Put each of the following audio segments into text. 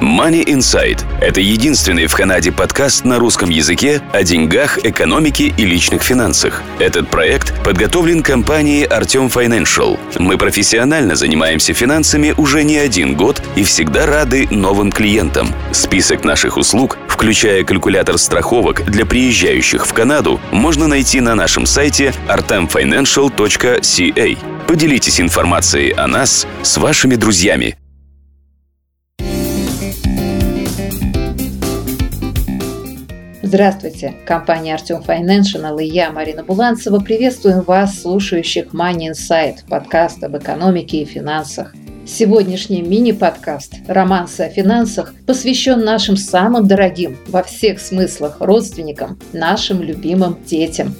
Money Insight – это единственный в Канаде подкаст на русском языке о деньгах, экономике и личных финансах. Этот проект подготовлен компанией Artyom Financial. Мы профессионально занимаемся финансами уже не один год и всегда рады новым клиентам. Список наших услуг, включая калькулятор страховок для приезжающих в Канаду, можно найти на нашем сайте artamfinancial.ca. Поделитесь информацией о нас с вашими друзьями. Здравствуйте! Компания Artyom Financial и я, Марина Буланцева, приветствуем вас, слушающих Money Insight, подкаст об экономике и финансах. Сегодняшний мини-подкаст «Романсы о финансах» посвящен нашим самым дорогим во всех смыслах родственникам, нашим любимым детям.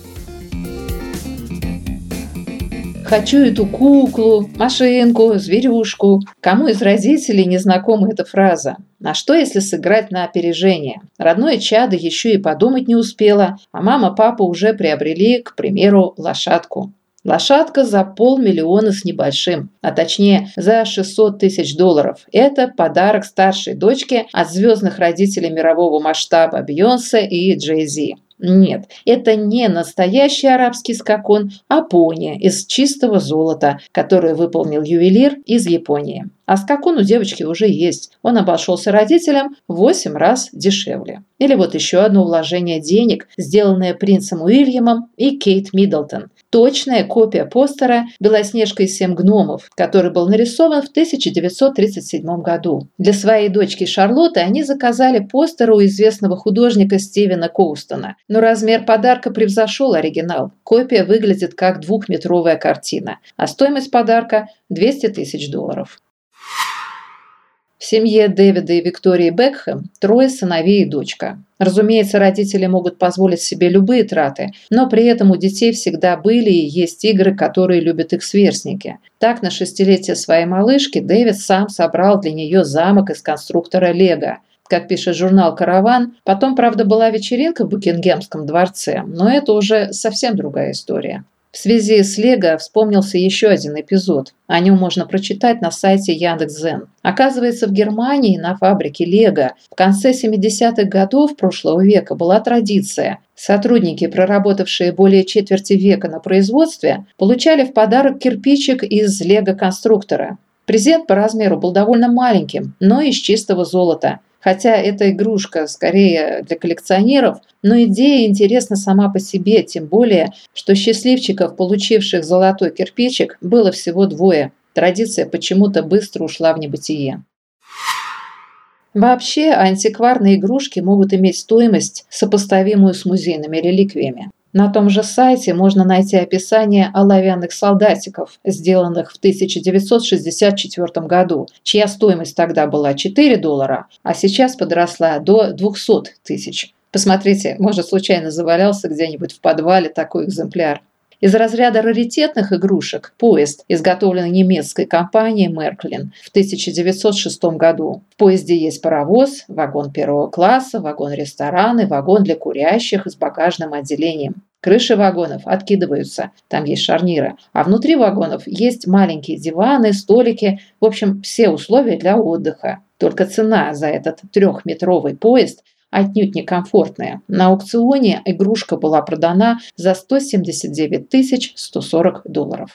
Хочу эту куклу, машинку, зверюшку. Кому из родителей не знакома эта фраза? А что, если сыграть на опережение? Родное чадо еще и подумать не успело, а мама, папа уже приобрели, к примеру, лошадку. Лошадка за $500 000 с небольшим, а точнее за $600 000. Это подарок старшей дочке от звездных родителей мирового масштаба Бейонсе и Джей-Зи. Нет, это не настоящий арабский скакун, а пони из чистого золота, который выполнил ювелир из Японии. А скакун у девочки уже есть. Он обошелся родителям в 8 раз дешевле. Или вот еще одно вложение денег, сделанное принцем Уильямом и Кейт Миддлтон. Точная копия постера «Белоснежка и 7 гномов», который был нарисован в 1937 году. Для своей дочки Шарлотты они заказали постер у известного художника Стивена Коустона. Но размер подарка превзошел оригинал. Копия выглядит как 2-метровая картина, а стоимость подарка – $200 000. В семье Дэвида и Виктории Бекхэм 3 сыновей и дочка. Разумеется, родители могут позволить себе любые траты, но при этом у детей всегда были и есть игры, которые любят их сверстники. Так, на 6-летие своей малышки Дэвид сам собрал для нее замок из конструктора Лего. Как пишет журнал «Караван», потом, правда, была вечеринка в Букингемском дворце, но это уже совсем другая история. В связи с Лего вспомнился еще один эпизод. О нем можно прочитать на сайте Яндекс.Дзен. Оказывается, в Германии на фабрике Лего в конце 70-х годов прошлого века была традиция. Сотрудники, проработавшие более четверти века на производстве, получали в подарок кирпичик из Лего-конструктора. Презент по размеру был довольно маленьким, но из чистого золота. Хотя эта игрушка скорее для коллекционеров, но идея интересна сама по себе, тем более, что счастливчиков, получивших золотой кирпичик, было всего 2. Традиция почему-то быстро ушла в небытие. Вообще, антикварные игрушки могут иметь стоимость, сопоставимую с музейными реликвиями. На том же сайте можно найти описание оловянных солдатиков, сделанных в 1964 году, чья стоимость тогда была $4, а сейчас подросла до 200 000. Посмотрите, может, случайно завалялся где-нибудь в подвале такой экземпляр. Из разряда раритетных игрушек поезд, изготовленный немецкой компанией Märklin в 1906 году. В поезде есть паровоз, вагон первого класса, вагон-ресторан и вагон для курящих с багажным отделением. Крыши вагонов откидываются, там есть шарниры, а внутри вагонов есть маленькие диваны, столики, в общем, все условия для отдыха. Только цена за этот 3-метровый поезд отнюдь некомфортная. На аукционе игрушка была продана за $179 140.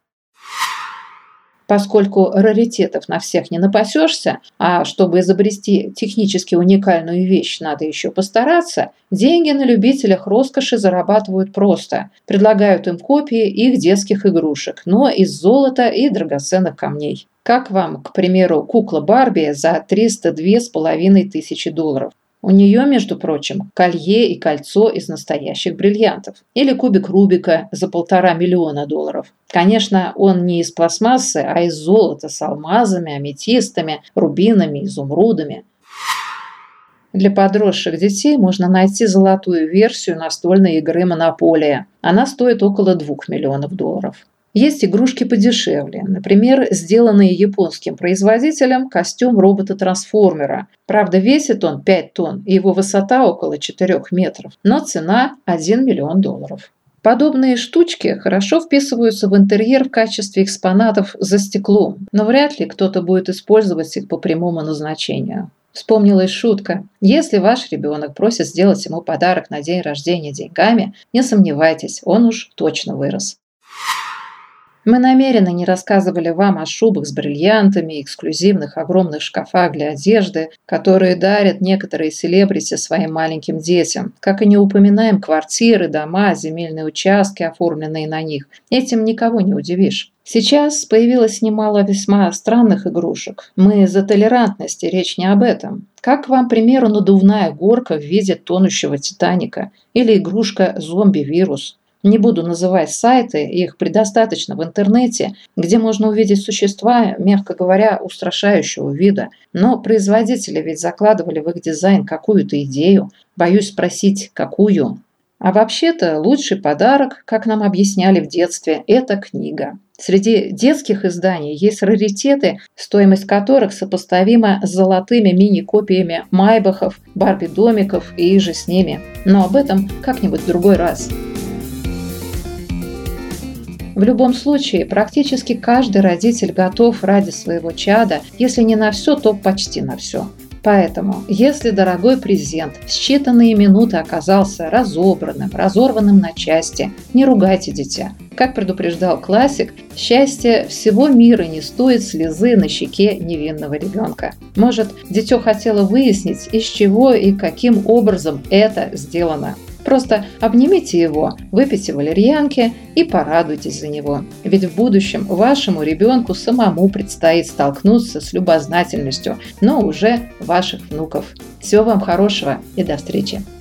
Поскольку раритетов на всех не напасешься, а чтобы изобрести технически уникальную вещь, надо еще постараться, деньги на любителях роскоши зарабатывают просто. Предлагают им копии их детских игрушек, но из золота и драгоценных камней. Как вам, к примеру, кукла Барби за $302 500? У нее, между прочим, колье и кольцо из настоящих бриллиантов. Или кубик Рубика за $1,5 миллиона. Конечно, он не из пластмассы, а из золота с алмазами, аметистами, рубинами, изумрудами. Для подросших детей можно найти золотую версию настольной игры «Монополия». Она стоит около $2 миллионов. Есть игрушки подешевле. Например, сделанный японским производителем костюм робота-трансформера. Правда, весит он 5 тонн, и его высота около 4 метров. Но цена $1 миллион. Подобные штучки хорошо вписываются в интерьер в качестве экспонатов за стеклом, но вряд ли кто-то будет использовать их по прямому назначению. Вспомнилась шутка. Если ваш ребенок просит сделать ему подарок на день рождения деньгами, не сомневайтесь, он уж точно вырос. Мы намеренно не рассказывали вам о шубах с бриллиантами, эксклюзивных огромных шкафах для одежды, которые дарят некоторые селебрити своим маленьким детям, как и не упоминаем квартиры, дома, земельные участки, оформленные на них. Этим никого не удивишь. Сейчас появилось немало весьма странных игрушек. Мы за толерантность, и речь не об этом. Как, к вам, к примеру, надувная горка в виде тонущего Титаника или игрушка зомби-вирус. Не буду называть сайты, их предостаточно в интернете, где можно увидеть существа, мягко говоря, устрашающего вида. Но производители ведь закладывали в их дизайн какую-то идею. Боюсь спросить, какую? А вообще-то лучший подарок, как нам объясняли в детстве, это книга. Среди детских изданий есть раритеты, стоимость которых сопоставима с золотыми мини-копиями Майбахов, Барби-домиков и иже с ними. Но об этом как-нибудь в другой раз. В любом случае, практически каждый родитель готов ради своего чада, если не на все, то почти на все. Поэтому, если дорогой презент в считанные минуты оказался разобранным, разорванным на части, не ругайте дитя. Как предупреждал классик, счастье всего мира не стоит слезы на щеке невинного ребенка. Может, дитё хотело выяснить, из чего и каким образом это сделано. Просто обнимите его, выпейте валерьянки и порадуйтесь за него. Ведь в будущем вашему ребенку самому предстоит столкнуться с любознательностью, но уже ваших внуков. Всего вам хорошего и до встречи!